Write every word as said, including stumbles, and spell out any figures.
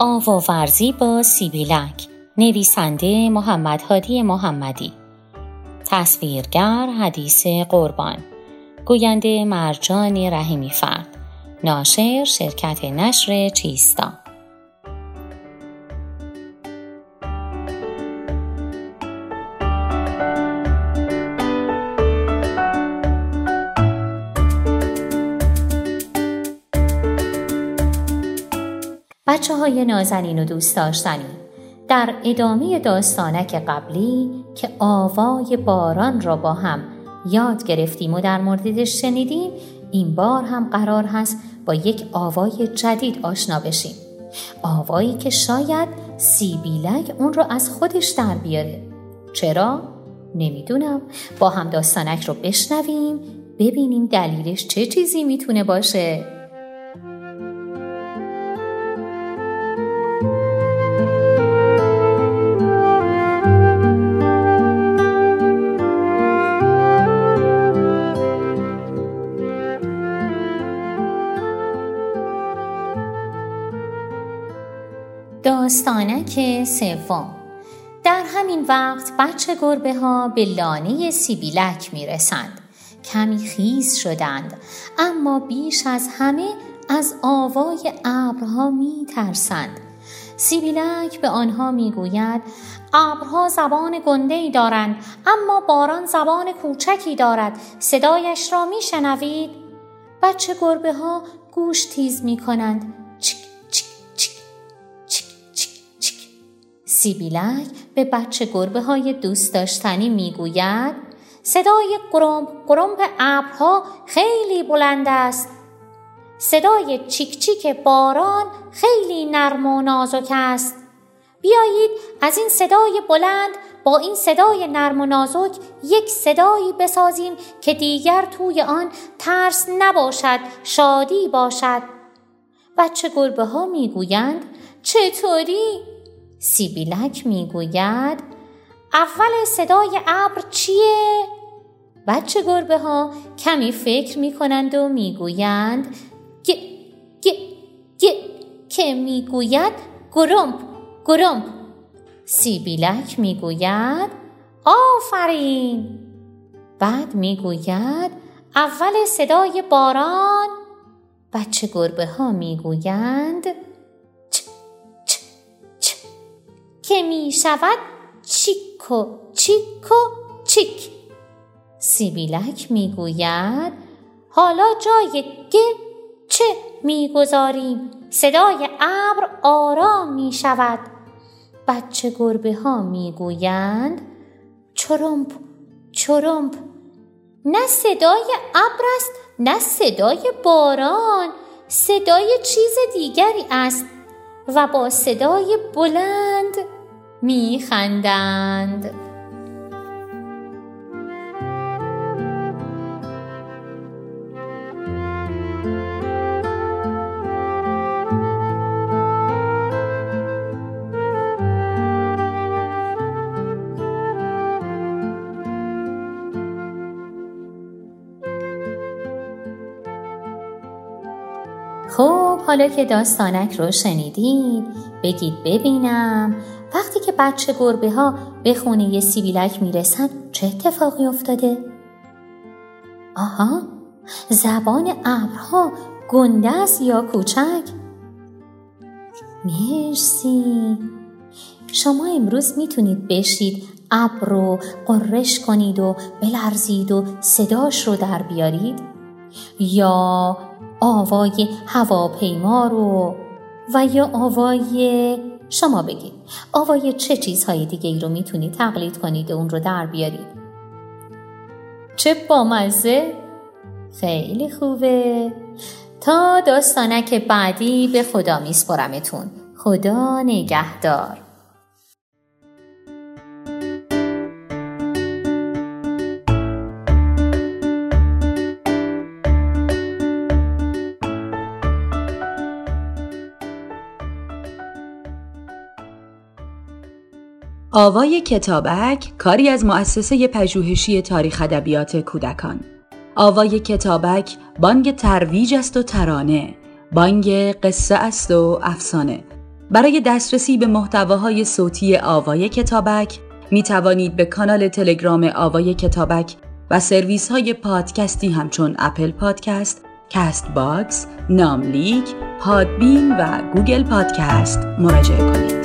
آواورزی با سیبیلک، نویسنده محمد هادی محمدی، تصویرگر حدیث قربان، گوینده مرجان رحیمی فرد، ناشر شرکت نشر چیستا. بچه های نازنین و دوست داشتنی، در ادامه داستانک قبلی که آوای باران را با هم یاد گرفتیم و در موردش شنیدیم، این بار هم قرار هست با یک آوای جدید آشنا بشیم. آوایی که شاید سیبیلک اون رو از خودش در بیاره. چرا؟ نمیدونم. با هم داستانک رو بشنویم، ببینیم دلیلش چه چیزی میتونه باشه. داستانک سوم. در همین وقت بچه گربه ها به لانه سیبیلک می رسند. کمی خیس شدند، اما بیش از همه از آوای ابرها می ترسند. سیبیلک به آنها می گوید ابرها زبان گنده‌ای دارند، اما باران زبان کوچکی دارد. صدایش را می شنوید؟ بچه گربه ها گوش تیز می کنند. سیبیلک به بچه گربه های دوست داشتنی می گوید صدای گرمپ گرمپ ابرها خیلی بلند است. صدای چیک چیک باران خیلی نرم و نازک است. بیایید از این صدای بلند با این صدای نرم و نازک یک صدایی بسازیم که دیگر توی آن ترس نباشد، شادی باشد. بچه گربه ها می گویند چطوری؟ سیبیلک می گوید اول صدای ابر چیه؟ بچه گربه ها کمی فکر می کنند و می گویند گ گ گ که می گوید گرمپ گرمپ. سیبیلک می گوید آفرین. بعد می گوید اول صدای باران. بچه گربه ها می گویند که می شود چیکو چیکو چیک. سیبیلک می گوید حالا جای گ چه می گذاریم، صدای ابر آرام می شود. بچه گربه ها می گویند چرمپ چرمپ. نه صدای ابر است نه صدای باران، صدای چیز دیگری است. و با صدای بلند می خندند. خب حالا که داستانک رو شنیدید، بگید ببینم وقتی که بچه گربه ها به خونه سیبیلک میرسن چه اتفاقی افتاده؟ آها، زبان ابرها گنده است یا کوچک؟ مرسی. شما امروز میتونید بشید ابر رو قررش کنید و بلرزید و صداش رو در بیارید؟ یا آوای هواپیما رو و یا آوای شما بگید آوای چه چیزهای دیگه ای رو میتونید تقلید کنید و اون رو در بیارید؟ چه بامزه! خیلی خوبه. تا داستانک بعدی به خدا میسپرمتون. خدا نگهدار. آوای کتابک کاری از مؤسسه پژوهشی تاریخ ادبیات کودکان. آوای کتابک بانگ ترویج است و ترانه، بانگ قصه است و افسانه. برای دسترسی به محتواهای صوتی آوای کتابک می توانید به کانال تلگرام آوای کتابک و سرویس های پادکستی همچون اپل پادکست، کست باکس، ناملیک، پادبین و گوگل پادکست مراجعه کنید.